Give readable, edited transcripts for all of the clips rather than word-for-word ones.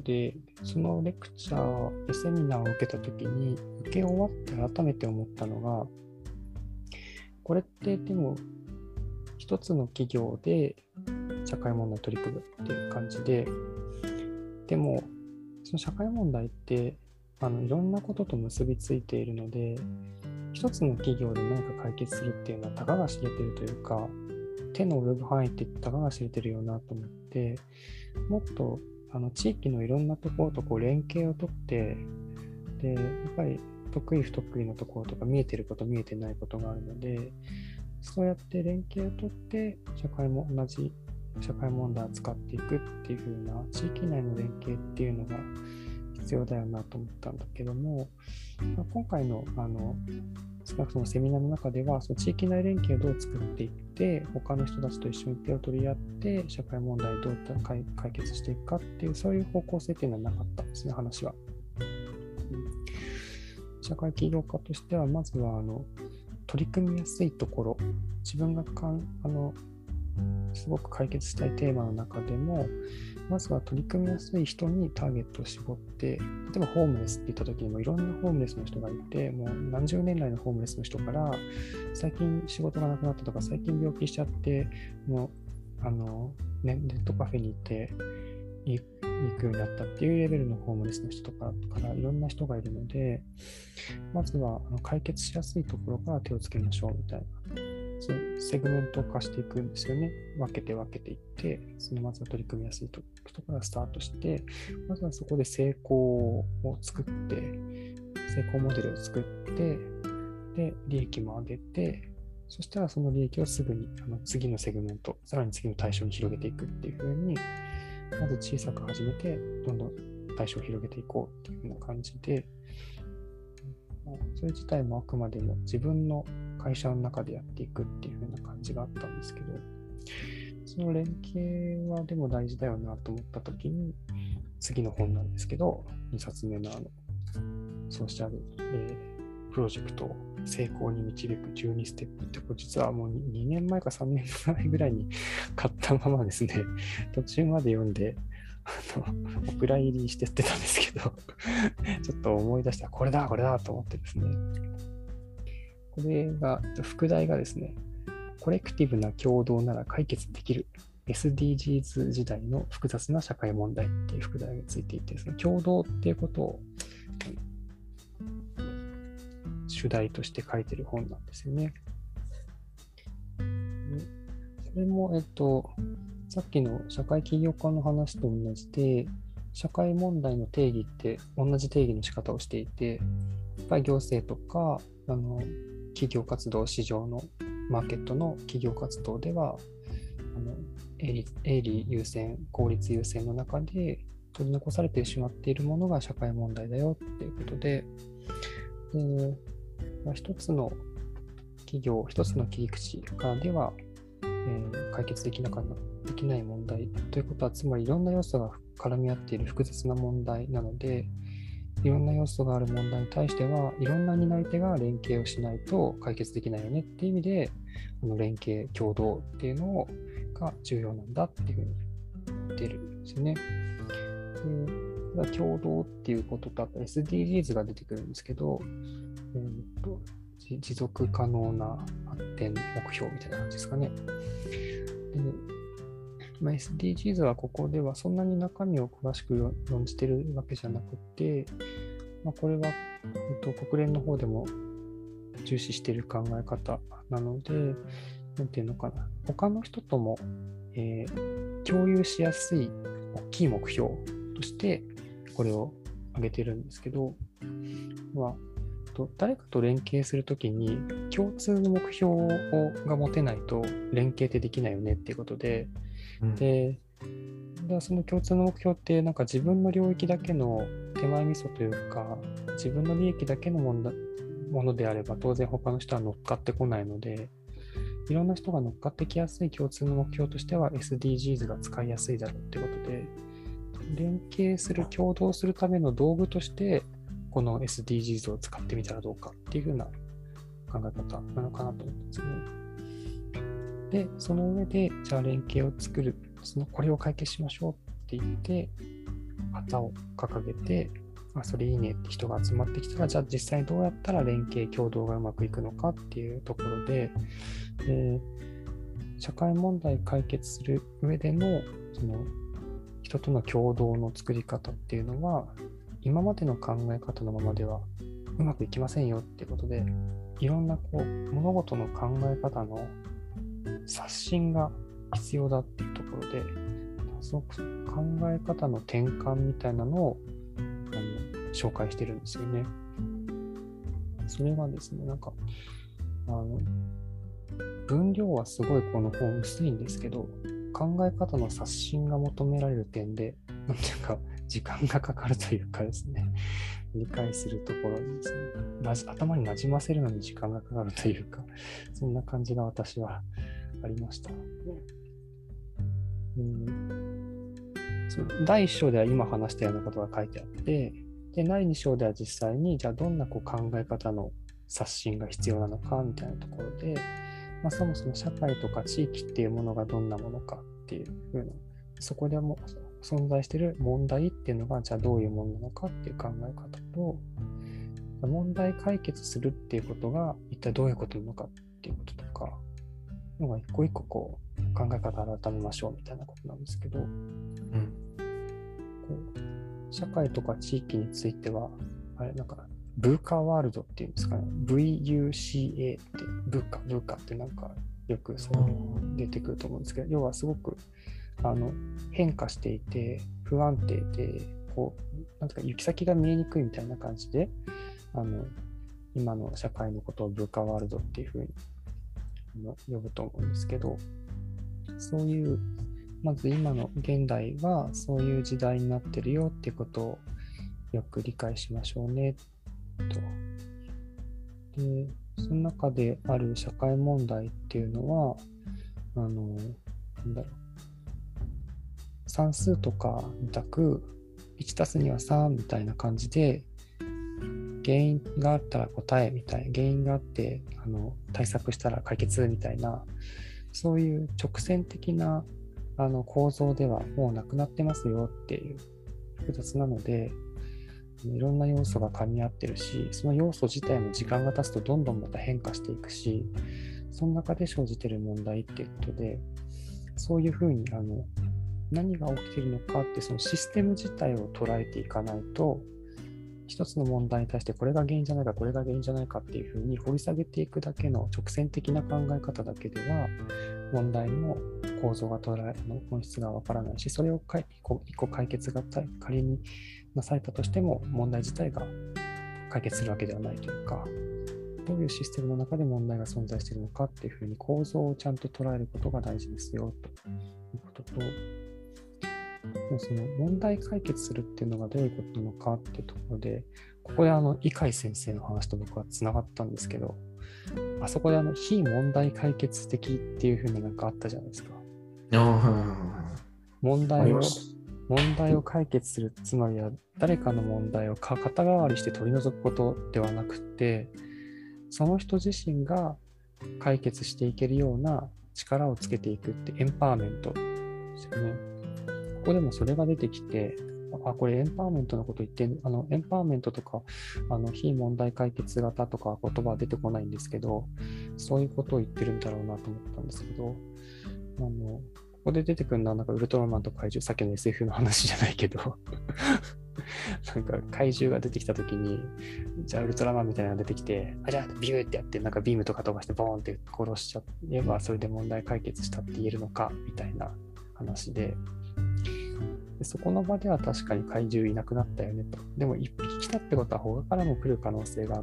で、そのレクチャー、セミナーを受けたときに、受け終わって改めて思ったのが、これってでも、一つの企業で社会問題取り組むっていう感じで、でも、その社会問題って、いろんなことと結びついているので、一つの企業で何か解決するっていうのはたかが知れてるというか、手の及ぶ範囲ってたかが知れてるよなと思って、もっと地域のいろんなところとこう連携をとって、で、やっぱり得意不得意のところとか見えてること見えてないことがあるので、そうやって連携をとって同じ社会問題を扱っていくっていう風な地域内の連携っていうのが必要だよなと思ったんだけども、今回の少なくともセミナーの中では、その地域内連携をどう作っていって、他の人たちと一緒に手を取り合って、社会問題をどう解決していくかっていう、そういう方向性っていうのはなかったんですね、話は。社会起業家としては、まずは取り組みやすいところ、自分がすごく解決したいテーマの中でも、まずは取り組みやすい人にターゲットを絞って、例えばホームレスって言った時にもいろんなホームレスの人がいて、もう何十年来のホームレスの人から、最近仕事がなくなったとか、最近病気しちゃって、もうネットカフェに行って行くようになったっていうレベルのホームレスの人とかからいろんな人がいるので、まずは解決しやすいところから手をつけましょうみたいな。セグメント化していくんですよね。分けていって、まずは取り組みやすいところからスタートして、まずはそこで成功を作って、成功モデルを作って、で、利益も上げて、そしたらその利益をすぐに次のセグメント、さらに次の対象に広げていくっていう風に、まず小さく始めて、どんどん対象を広げていこうっていう風な感じで、それ自体もあくまでも自分の会社の中でやっていくっていう風な感じがあったんですけど、その連携はでも大事だよなと思ったときに、次の本なんですけど、2冊目のソーシャル、プロジェクトを成功に導く12ステップって、これ実はもう2年前か3年前ぐらいに買ったままですね、途中まで読んで、お蔵入りしてやってたんですけど、ちょっと思い出したらこれだと思ってですね、これが、副題がですね、コレクティブな共同なら解決できる SDGs 時代の複雑な社会問題っていう副題がついていてですね、共同っていうことを主題として書いてる本なんですよね。それも、さっきの社会起業家の話と同じで、社会問題の定義って同じ定義の仕方をしていて、やっぱり行政とか企業活動、市場のマーケットの企業活動では営利優先、効率優先の中で取り残されてしまっているものが社会問題だよっていうことで、一つの企業、一つの切り口からでは、解決できない問題ということは、つまりいろんな要素が絡み合っている複雑な問題なので、いろんな要素がある問題に対してはいろんな担い手が連携をしないと解決できないよねっていう意味で、連携共同っていうのが重要なんだっていうふうに言ってるんですよね。で、共同っていうことと、あと SDGs が出てくるんですけど、持続可能な発展目標みたいな感じですかね。SDGs はここではそんなに中身を詳しく論じてるわけじゃなくて、これは、国連の方でも重視している考え方なので、なんていうのかな、他の人とも、共有しやすい大きい目標としてこれを挙げてるんですけど、誰かと連携するときに共通の目標が持てないと連携ってできないよねっていうことで、でその共通の目標ってなんか自分の領域だけの手前味噌というか、自分の利益だけのものであれば当然他の人は乗っかってこないので、いろんな人が乗っかってきやすい共通の目標としては SDGs が使いやすいだろうってことで、連携する、共同するための道具としてこの SDGs を使ってみたらどうかっていう風な考え方なのかなと思ったんですね。で、その上でじゃあ連携を作る、これを解決しましょうって言って旗を掲げて、それいいねって人が集まってきたら、じゃあ実際どうやったら連携協働がうまくいくのかっていうところで、社会問題解決する上でのその人との共同の作り方っていうのは、今までの考え方のままではうまくいきませんよっていうことで、いろんな物事の考え方の刷新が必要だっていうところで、すごく考え方の転換みたいなのを紹介してるんですよね。それがですね、分量はすごいこの本薄いんですけど、考え方の刷新が求められる点で、なんていうか時間がかかるというかですね、理解するところにですね、頭になじませるのに時間がかかるというか、そんな感じが私はありました。第1章では今話したようなことが書いてあって、で第2章では実際にじゃあどんな考え方の刷新が必要なのかみたいなところで、そもそも社会とか地域っていうものがどんなものかっていうふうな、そこでも存在している問題っていうのがじゃあどういうものなのかっていう考え方と、問題解決するっていうことが一体どういうことなのかっていうこととかのが一個一個考え方を改めましょうみたいなことなんですけど、社会とか地域についてはブーカワールドっていうんですかね、VUCA ってブーカってよく出てくると思うんですけど、要はすごく変化していて不安定で行き先が見えにくいみたいな感じで今の社会のことをブーカワールドっていうふうに呼ぶと思うんですけど、そういうまず今の現代はそういう時代になってるよっていうことをよく理解しましょうねと。で、その中である社会問題っていうのは算数とかみたく 1+2 は3みたいな感じで原因があったら答えみたいな、原因があって対策したら解決みたいな、そういう直線的な構造ではもうなくなってますよっていう複雑なので、いろんな要素が噛み合ってるし、その要素自体も時間が経つとどんどんまた変化していくし、その中で生じている問題っていうことで、そういうふうに何が起きているのかってそのシステム自体を捉えていかないと、一つの問題に対してこれが原因じゃないか、これが原因じゃないかっていうふうに掘り下げていくだけの直線的な考え方だけでは問題の構造が本質がわからないし、それを一個解決が仮になされたとしても問題自体が解決するわけではないというか、どういうシステムの中で問題が存在しているのかっていうふうに構造をちゃんと捉えることが大事ですよということと、その問題解決するっていうのがどういうことなのかっていうところで、ここで伊海先生の話と僕はつながったんですけど、あそこで非問題解決的っていうふうなあったじゃないですか。問題を解決する、つまりは誰かの問題を肩代わりして取り除くことではなくて、その人自身が解決していけるような力をつけていくってエンパワーメントですよね。ここでもそれが出てきて、これエンパワーメントのこと言ってエンパワーメントとか非問題解決型とか言葉は出てこないんですけど、そういうことを言ってるんだろうなと思ったんですけど、ここで出てくるのはウルトラマンと怪獣、さっきの SF の話じゃないけど怪獣が出てきたときに、じゃあウルトラマンみたいなのが出てきて、じゃあビューってやってビームとか飛ばしてボーンって殺しちゃえばそれで問題解決したって言えるのかみたいな話で、そこの場では確かに怪獣いなくなったよねと。でも一匹来たってことは他からも来る可能性があって、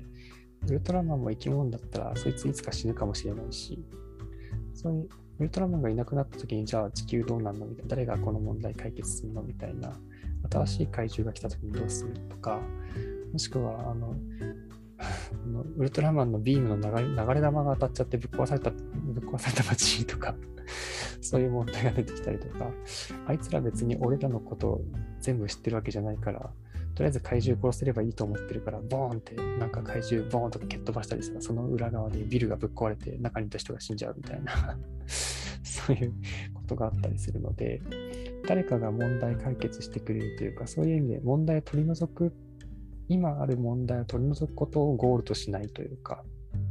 ウルトラマンも生き物だったらそいついつか死ぬかもしれないし、そういうウルトラマンがいなくなった時にじゃあ地球どうなるのみたいな、誰がこの問題解決するのみたいな、新しい怪獣が来た時にどうするとか、もしくはウルトラマンのビームの流れ弾が当たっちゃってぶっ壊された街とかそういう問題が出てきたりとか、あいつら別に俺らのことを全部知ってるわけじゃないから、とりあえず怪獣殺せればいいと思ってるから、ボーンって怪獣ボーンとか蹴っ飛ばしたりしたら、その裏側でビルがぶっ壊れて中にいた人が死んじゃうみたいなそういうことがあったりするので、 誰かが問題解決してくれるというか、そういう意味で問題を取り除く、今ある問題を取り除くことをゴールとしないというか、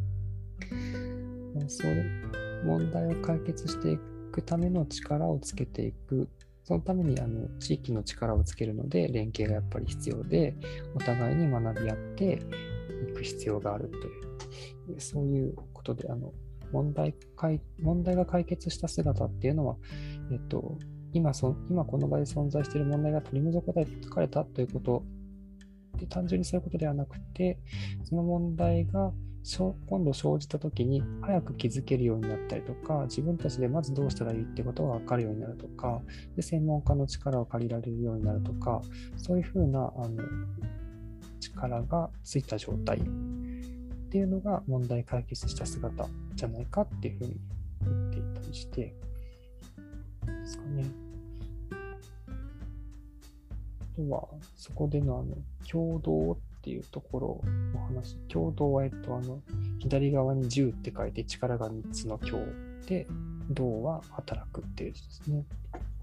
そういう問題を解決していくための力をつけていく。そのために地域の力をつけるので連携がやっぱり必要で、お互いに学び合っていく必要があるという、そういうことで、問題が解決した姿っていうのは、今この場で存在している問題が取り除かれたということで、単純にそういうことではなくて、その問題が今度生じたときに早く気づけるようになったりとか、自分たちでまずどうしたらいいってことが分かるようになるとか、で専門家の力を借りられるようになるとか、そういうふうな力がついた状態っていうのが問題解決した姿じゃないかっていうふうに言っていたりしてですかね。あとはそこでの共同っていうところの話。共同は左側に10って書いて力が3つの共で、同は働くっていう字ですね。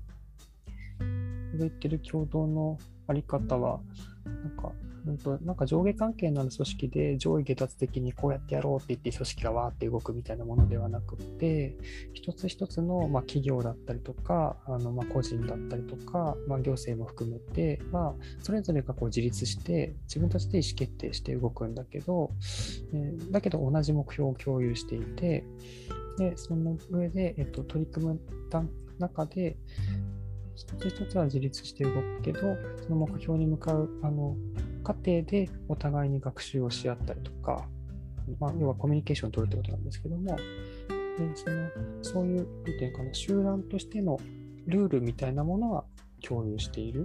言ってる共同のあり方はなんか上下関係のある組織で上位下達的にこうやってやろうって言って組織がわーって動くみたいなものではなくて、一つ一つの企業だったりとか個人だったりとか行政も含めてそれぞれが自立して自分たちで意思決定して動くんだけど、だけど同じ目標を共有していて、でその上で、取り組む中で一つ一つは自立して動くけど、その目標に向かう過程でお互いに学習をし合ったりとか、要はコミュニケーションを取るってことなんですけども、そういう集団としてのルールみたいなものは共有している。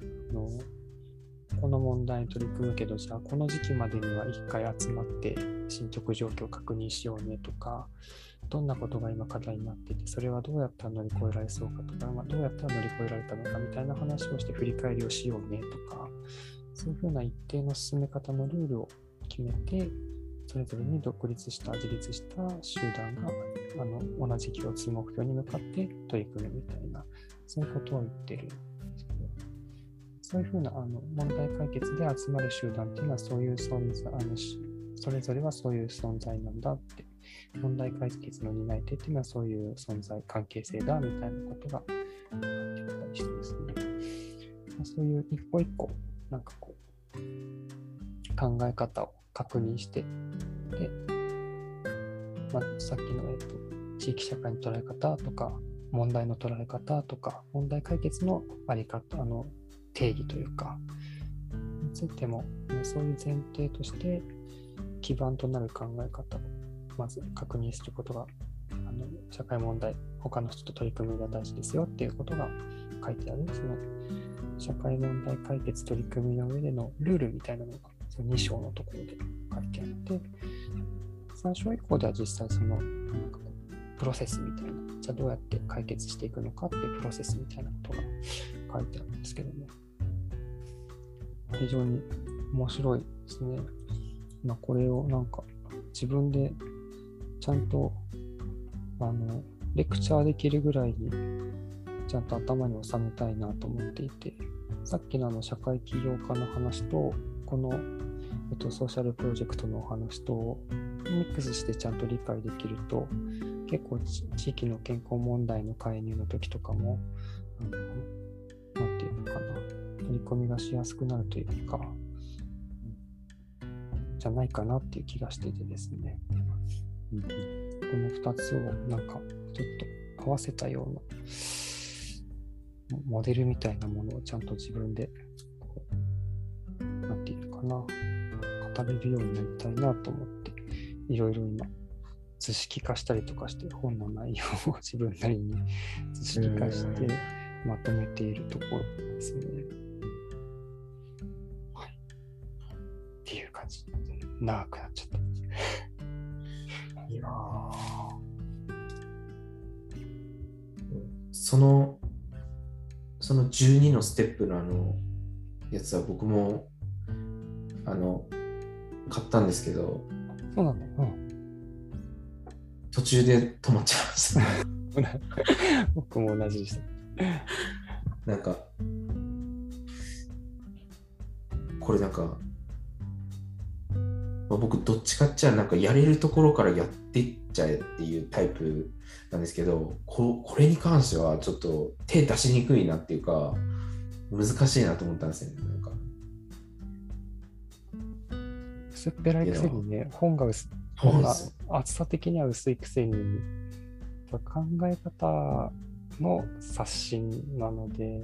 この問題に取り組むけど、じゃあこの時期までには1回集まって進捗状況を確認しようねとか、どんなことが今課題になっていて、それはどうやったら乗り越えられそうかとか、どうやったら乗り越えられたのかみたいな話をして振り返りをしようねとか、そういうふうな一定の進め方のルールを決めて、それぞれに自立した集団が同じ共通目標に向かって取り組むみたいな、そういうことを言ってるんですけど、そういうふうな問題解決で集まる集団っていうのはそういう存在、それぞれはそういう存在なんだって、問題解決の担い手っていうのはそういう存在関係性だみたいなことが書いてたりしてですね、そういう一個一個考え方を確認して、で、さっきの地域社会の捉え方とか、問題の捉え方とか、問題解決のあり方、定義というか、についても、そういう前提として基盤となる考え方をまず確認することが、社会問題、他の人と取り組みが大事ですよっていうことが書いてある。その社会問題解決取り組みの上でのルールみたいなのがその2章のところで書いてあって、3章以降では実際そのプロセスみたいな、じゃあどうやって解決していくのかっていうプロセスみたいなことが書いてあるんですけども、非常に面白いですね。これを自分でちゃんとレクチャーできるぐらいにちゃんと頭に収めたいなと思っていて、さっきの社会起業家の話とこの、ソーシャルプロジェクトのお話とミックスしてちゃんと理解できると、結構地域の健康問題の介入の時とかもなんていうのかな、取り込みがしやすくなるというか、じゃないかなっていう気がしててですね、この2つをちょっと合わせたようなモデルみたいなものをちゃんと自分でなんていうのかな、語れるようになりたいなと思って、いろいろ今図式化したりとかして、本の内容を自分なりに図式化してまとめているところですね。はい。っていう感じで長くなっちゃった。 いやその12のステップのやつは僕も買ったんですけど、 そうなんだよ、 途中で止まっちゃいました。 僕も同じでした。 なんか、これなんか、僕どっちかっちゃなんかやれるところからやっていっちゃえっていうタイプなんですけど、これに関してはちょっと手出しにくいなっていうか、難しいなと思ったんですよね。なんか薄っぺらいくせにね、本が厚さ的には薄いくせに、考え方の刷新なので、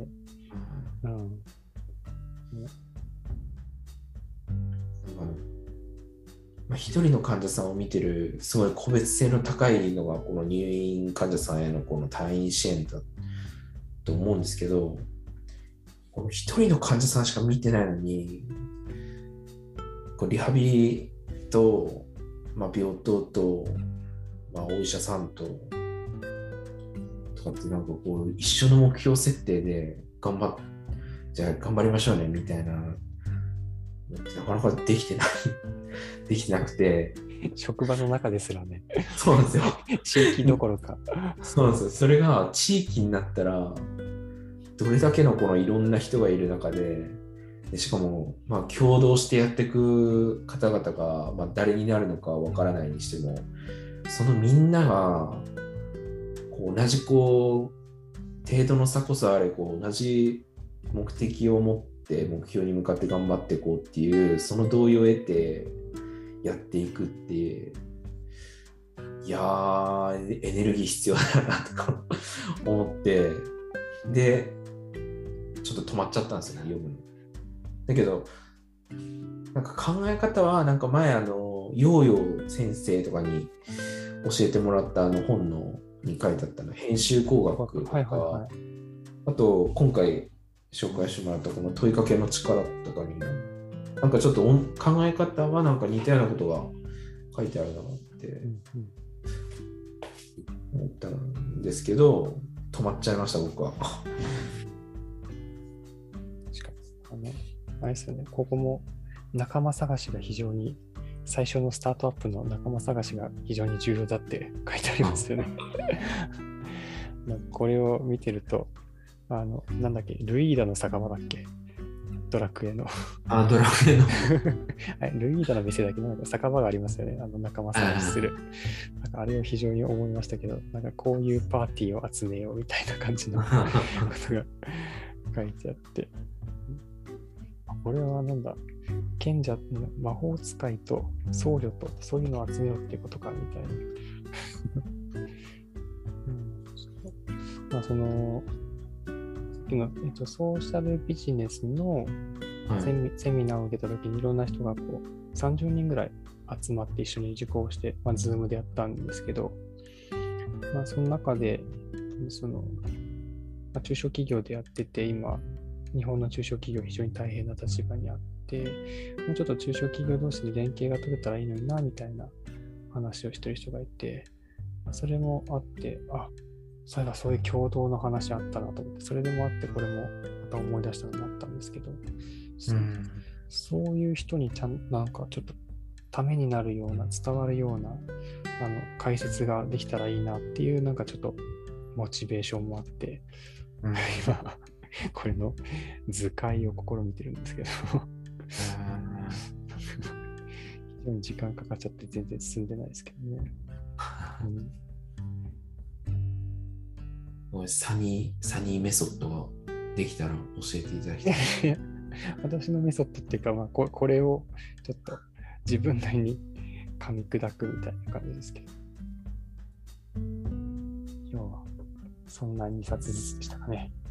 一人の患者さんを見てるすごい個別性の高いのがこの入院患者さんへのこの退院支援だと思うんですけど、この一人の患者さんしか見てないのに、こうリハビリと、病棟と、お医者さんとかってなんかこう一緒の目標設定でじゃあ頑張りましょうねみたいななかなかできてなくて、 職場の中ですらね。 そうなんですよ。 地域どころか。 そうなんですよ。それが地域になったらどれだけのこのいろんな人がいる中で、しかも共同してやっていく方々が、誰になるのかわからないにしても、そのみんながこう同じ程度の差こそあれ同じ目的を持って目標に向かって頑張っていこうっていうその同意を得てやっていくって、いやーエネルギー必要だなとか思って、でちょっと止まっちゃったんですよね、読むの。だけどなんか考え方はなんか前ヨーヨー先生とかに教えてもらった本に書いてあった編集工学とか、あと今回紹介してもらったこの問いかけの力とかにもなんかちょっと考え方はなんか似たようなことが書いてあるなって思ったんですけど、止まっちゃいました僕は。 確かにあれですよね、ここも仲間探しが非常に、最初のスタートアップの仲間探しが非常に重要だって書いてありますよね。これを見てると、なんだっけ、ルイーダの酒場だっけ、ドラクエの。 ドラクエの。 ルイーダの店だけど、酒場がありますよね、仲間探しする。なんかあれを非常に思いましたけど、なんかこういうパーティーを集めようみたいな感じのことが書いてあって。これはなんだ、賢者、魔法使いと僧侶とそういうのを集めようっていうことかみたいな。そのさっきの、ソーシャルビジネスのセミナーを受けたときにいろんな人が30人ぐらい集まって一緒に受講して、Zoom でやったんですけど、その中で中小企業でやってて、今日本の中小企業非常に大変な立場にあって、もうちょっと中小企業同士で連携が取れたらいいのになみたいな話をしてる人がいて、それもあって、そういう共同の話あったなと思って、それでもあってこれもまた思い出したのもあったんですけど、そういう人になんかちょっとためになるような、伝わるような解説ができたらいいなっていう、なんかちょっとモチベーションもあって、今これの図解を試みてるんですけど非常に時間かかっちゃって全然進んでないですけどね。 サニーメソッドができたら教えていただきたい。 私のメソッドっていうか、これをちょっと自分なりに噛み砕くみたいな感じですけど、今日はそんな2冊ずつでしたかね。